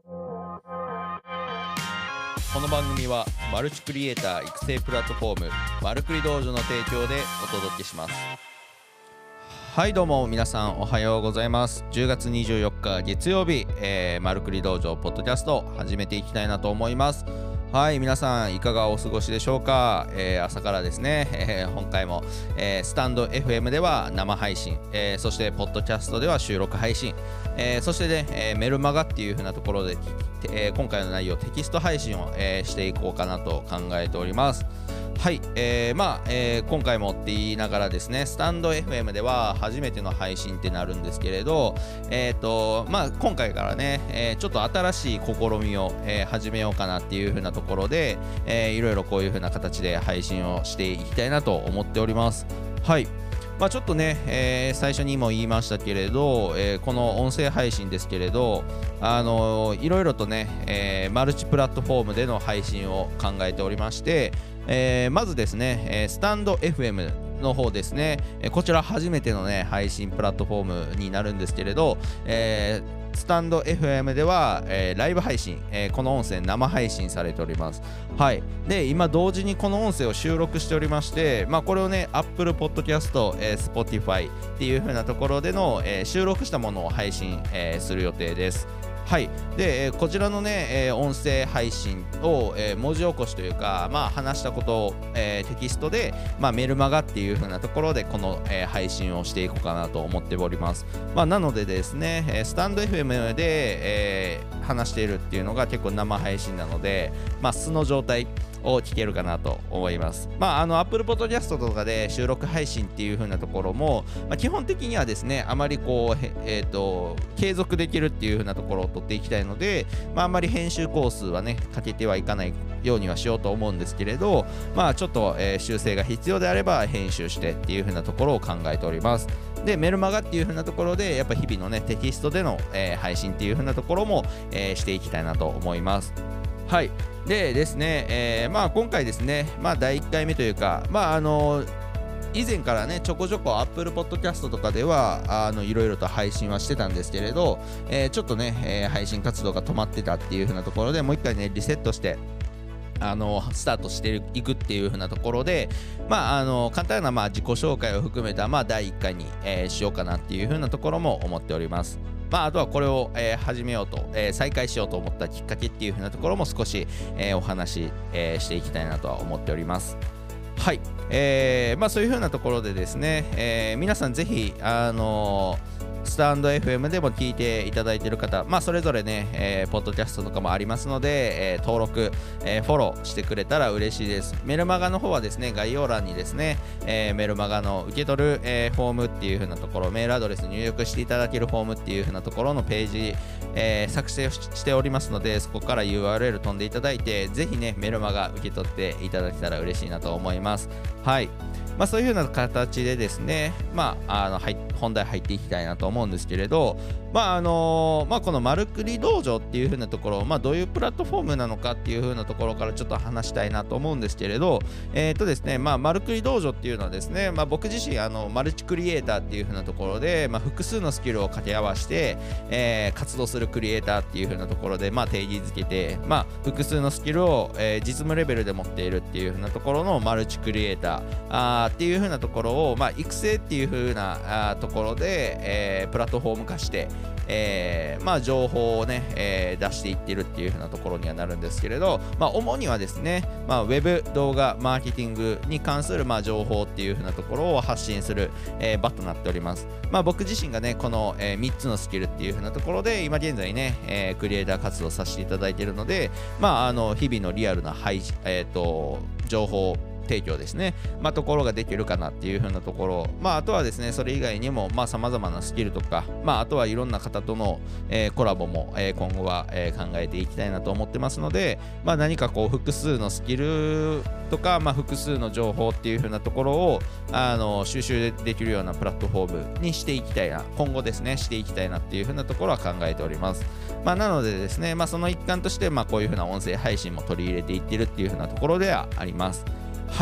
この番組はマルチクリエイター育成プラットフォームマルクリ道場の提供でお届けします。はいどうも皆さんおはようございます。10月24日月曜日、マルクリ道場ポッドキャスト始めていきたいなと思います。はい皆さんいかがお過ごしでしょうか。朝からですね、今回も、スタンド FM では生配信、そしてポッドキャストでは収録配信、そしてね、メルマガっていう風なところで、今回の内容テキスト配信を、していこうかなと考えております。はい、今回もって言いながらですね、スタンド FM では初めての配信ってなるんですけれど、今回からね、ちょっと新しい試みを、始めようかなっていう風なところで、いろいろこういう風な形で配信をしていきたいなと思っております。はい。ちょっとね、最初にも言いましたけれど、この音声配信ですけれど、いろいろとね、マルチプラットフォームでの配信を考えておりまして、まずですね、スタンド FM の方ですね、こちら初めてのね配信プラットフォームになるんですけれど、スタンド FM では、ライブ配信、この音声生配信されております。はい。で、今同時にこの音声を収録しておりまして、これをね、Apple Podcast、Spotify っていう風なところでの、収録したものを配信、する予定です。はい。で、こちらのね、音声配信を、文字起こしというか、話したことを、テキストで、メルマガっていう風なところでこの、配信をしていこうかなと思っております。なのでですね、スタンド FM で、話しているっていうのが結構生配信なので、素の状態を聞けるかなと思います。Apple Podcast とかで収録配信っていう風なところも、基本的にはですね、あまりこう、継続できるっていう風なところを取っていきたいので、あんまり編集工数はね、かけてはいかないようにはしようと思うんですけれど、ちょっと、修正が必要であれば編集してっていう風なところを考えております。で、メルマガっていう風なところで、やっぱ日々のね、テキストでの、配信っていう風なところも、していきたいなと思います。はい。でですね、今回ですね、第1回目というか、以前からね、ちょこちょこ Apple Podcast とかではいろいろと配信はしてたんですけれど、ちょっとね、配信活動が止まってたっていう風なところでもう一回ね、リセットしてスタートしていくっていう風なところで、簡単な自己紹介を含めた第1回に、しようかなっていう風なところも思っております。あとはこれを、始めようと、再開しようと思ったきっかけっていう風なところも少し、お話し、していきたいなとは思っております。はい。そういう風なところでですね、皆さんぜひスタンド FM でも聞いていただいている方、それぞれね、ポッドキャストとかもありますので、登録、フォローしてくれたら嬉しいです。メルマガの方はですね、概要欄にですね、メルマガの受け取る、フォームっていう風なところ、メールアドレス入力していただけるフォームっていう風なところのページ、作成しておりますので、そこから URL 飛んでいただいて、ぜひね、メルマガ受け取っていただけたら嬉しいなと思います。はい。そういうような形でですね、本題入っていきたいなと思うんですけれど、このマルクリ道場っていう風なところ、どういうプラットフォームなのかっていう風なところからちょっと話したいなと思うんですけれど、ですね、マルクリ道場っていうのはですね、僕自身マルチクリエイターっていう風なところで、複数のスキルを掛け合わせて、活動するクリエイターっていう風なところで、定義づけて、複数のスキルを、実務レベルで持っているっていう風なところのマルチクリエイターっていう風なところを、育成っていう風なところで、プラットフォーム化して、情報をね、出していってるっていう風なところにはなるんですけれど、主にはですね、ウェブ動画マーケティングに関する情報っていう風なところを発信する、場となっております。僕自身がね、この、3つのスキルっていう風なところで今現在ね、クリエイター活動させていただいているので、日々のリアルな情報提供ですね、ところができるかなっていう風なところ、あとはですね、それ以外にも様々なスキルとか、あとはいろんな方との、コラボも、今後は、考えていきたいなと思ってますので、何かこう複数のスキルとか、複数の情報っていう風なところを収集できるようなプラットフォームにしていきたいな、今後ですねしていきたいなっていう風なところは考えております。なのでですね、その一環としてこういう風な音声配信も取り入れていってるっていう風なところではあります。はい。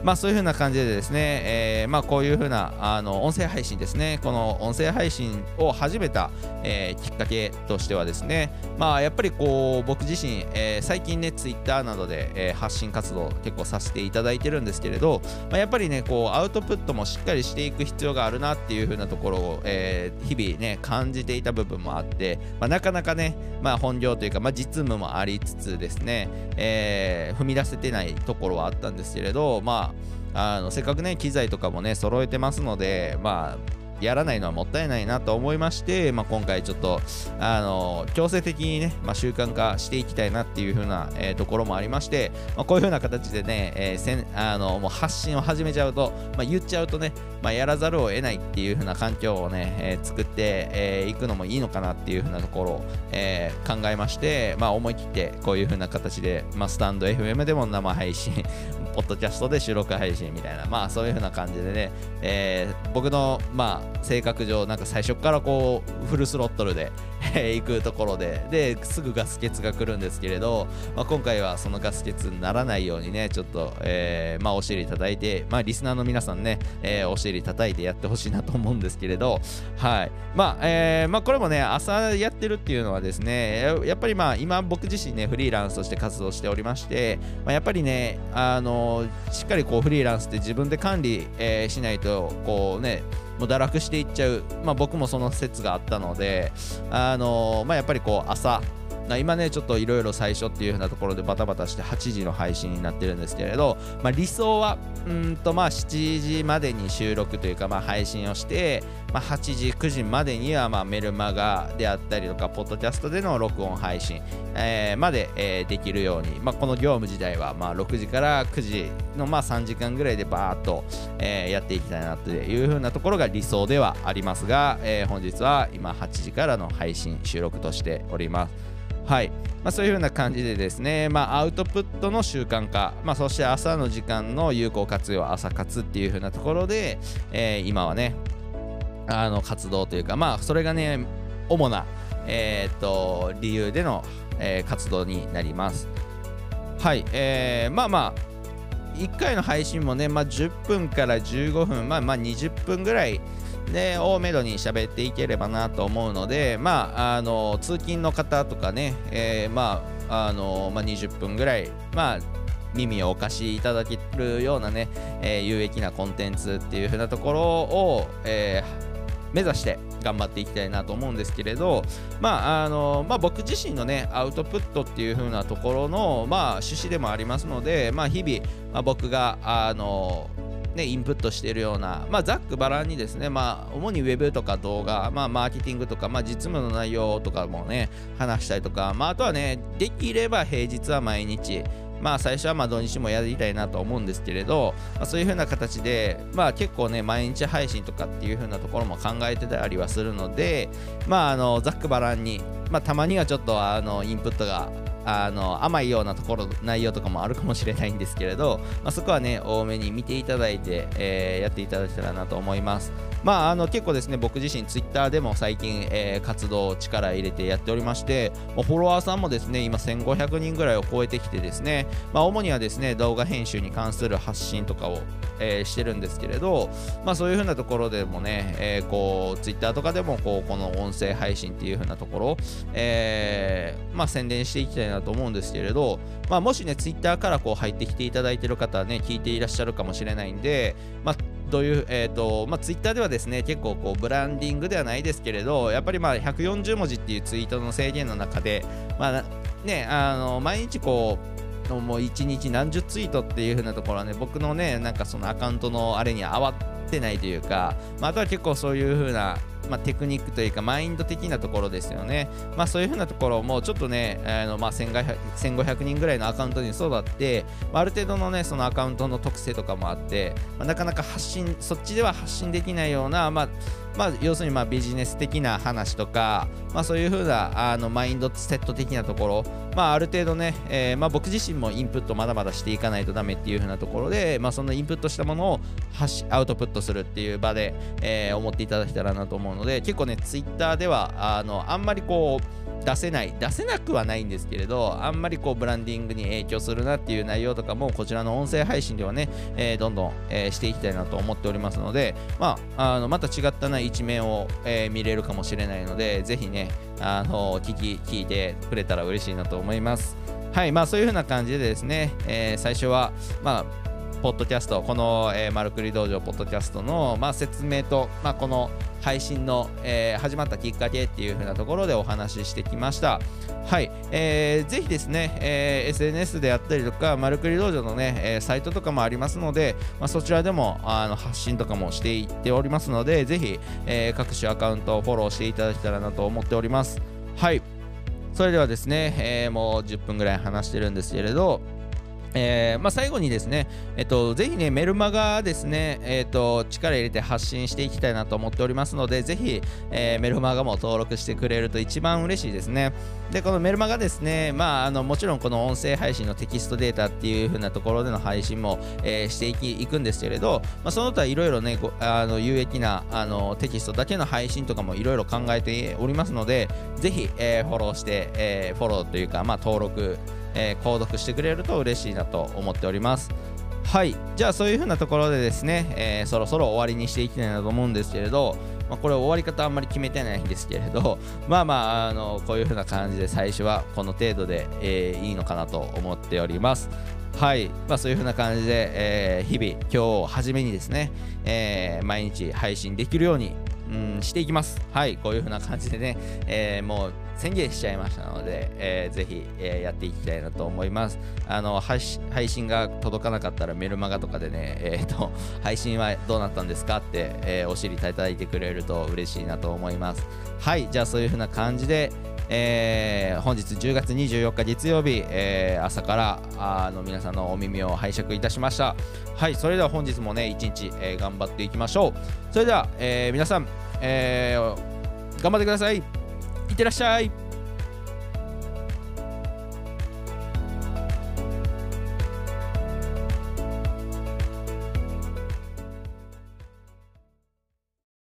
そういう風な感じでですね、こういう風な音声配信ですね、この音声配信を始めた、きっかけとしてはですね、やっぱりこう僕自身、最近ね Twitter などで、発信活動結構させていただいてるんですけれど、やっぱりねこうアウトプットもしっかりしていく必要があるなっていう風なところを、日々ね感じていた部分もあって、なかなかね、本業というか、実務もありつつですね、踏み出せてないところはあったんですけれど、せっかくね機材とかもね揃えてますので、やらないのはもったいないなと思いまして、今回ちょっと強制的にね、習慣化していきたいなっていう風な、ところもありまして、こういう風な形でね、もう発信を始めちゃうと、言っちゃうとね、やらざるを得ないっていう風な環境をね、作っていくのもいいのかなっていう風なところを、考えまして、思い切ってこういう風な形で、スタンド FM でも生配信ポッドキャストで収録配信みたいな、そういう風な感じでね、僕の性格上なんか最初からこうフルスロットルで行くところですぐガス欠が来るんですけれど、今回はそのガス欠にならないようにねちょっと、お尻叩いて、リスナーの皆さんね、お尻叩いてやってほしいなと思うんですけれど、はい、これもね朝やってるっていうのはですね、やっぱり今僕自身ねフリーランスとして活動しておりまして、やっぱりねしっかりこうフリーランスって自分で管理、しないとこうねもう堕落していっちゃう、僕もその説があったので、やっぱりこう朝今ねちょっといろいろ最初っていう風なところでバタバタして8時の配信になってるんですけれど、理想は7時までに収録というか配信をして、8時9時までにはメルマガであったりとかポッドキャストでの録音配信、まで、できるように、この業務自体は6時から9時の3時間ぐらいでバーっと、やっていきたいなという風なところが理想ではありますが、本日は今8時からの配信収録としております。はい、そういう風な感じでですね、アウトプットの習慣化、そして朝の時間の有効活用、朝活っていう風なところで、今はね活動というか、それがね主な、理由での、活動になります。はい、1回の配信もね、10分から15分、20分ぐらいでをめどに喋っていければなと思うので、通勤の方とかね、20分ぐらい、耳をお貸しいただけるようなね、有益なコンテンツっていう風なところを、目指して頑張っていきたいなと思うんですけれど、僕自身のねアウトプットっていう風なところの趣旨でもありますので、日々、僕がインプットしているような、ざっくばらんにですね、主にウェブとか動画、マーケティングとか、実務の内容とかもね話したりとか、あとはねできれば平日は毎日、最初は土日もやりたいなと思うんですけれど、そういう風な形で結構ね毎日配信とかっていう風なところも考えてたりはするので、ざっくばらんに、たまにはちょっとインプットが甘いようなところ内容とかもあるかもしれないんですけれど、そこはね多めに見ていただいて、やっていただけたらなと思います。結構ですね僕自身ツイッターでも最近、活動を力入れてやっておりまして、フォロワーさんもですね今1500人ぐらいを超えてきてですね、主にはですね動画編集に関する発信とかを、してるんですけれど、そういう風なところでもね、こうツイッターとかでもこの音声配信っていう風なところ、宣伝していきたいなと思うんですけれど、もしねツイッターから入ってきていただいている方はね聞いていらっしゃるかもしれないんで、どういう、ツイッターではですね結構ブランディングではないですけれど、やっぱり140文字っていうツイートの制限の中で毎日もう1日何十ツイートっていう風なところはね僕のねそのアカウントのあれに合わってないというか、あとは結構そういう風なテクニックというかマインド的なところですよね。そういう風なところもちょっとね1500人ぐらいのアカウントに育って、ある程度のねそのアカウントの特性とかもあって、なかなかそっちでは発信できないような要するにビジネス的な話とか、そういう風なマインドセット的なところ、ある程度ね、僕自身もインプットまだまだしていかないとダメっていう風なところで、そのインプットしたものをアウトプットするっていう場で、思っていただけたらなと思うので、結構ねツイッターではあんまり出せなくはないんですけれど、あんまりこうブランディングに影響するなっていう内容とかもこちらの音声配信ではね、どんどん、していきたいなと思っておりますので、また違ったな一面を、見れるかもしれないので、ぜひね聞いてくれたら嬉しいなと思います。はい、そういう風な感じでですね、最初はポッドキャスト、この、マルクリ道場ポッドキャストの、説明と、この配信の、始まったきっかけっていう風なところでお話ししてきました。はい、ぜひですね、SNS であったりとか、マルクリ道場のね、サイトとかもありますので、そちらでも発信とかもしていっておりますので、ぜひ、各種アカウントをフォローしていただけたらなと思っております。はい、それではですね、もう10分ぐらい話してるんですけれど、最後にですね、ぜひね、メルマガですね、力入れて発信していきたいなと思っておりますので、ぜひ、メルマガも登録してくれると一番嬉しいですね。で、このメルマガですね、もちろんこの音声配信のテキストデータっていう風なところでの配信も、していくんですけれど、その他いろいろね、有益なテキストだけの配信とかもいろいろ考えておりますので、ぜひ、フォローして、フォローというか、登録、購読してくれると嬉しいなと思っております。はい、じゃあそういう風なところでですね、そろそろ終わりにしていきたいなと思うんですけれど、これ終わり方あんまり決めてないんですけれど、こういう風な感じで最初はこの程度で、いいのかなと思っております。はい、そういう風な感じで、日々今日初めにですね、毎日配信できるようにしていきます。はい、こういう風な感じでね、もう宣言しちゃいましたので、ぜひ、やっていきたいなと思います。配信が届かなかったらメルマガとかでね、配信はどうなったんですかって、お知りいただいてくれると嬉しいなと思います。はい、じゃあそういう風な感じで、本日10月24日月曜日、朝から皆さんのお耳を拝借いたしました。はい、それでは本日もね一日、頑張っていきましょう。それでは、皆さん、頑張ってください。いってらっしゃい。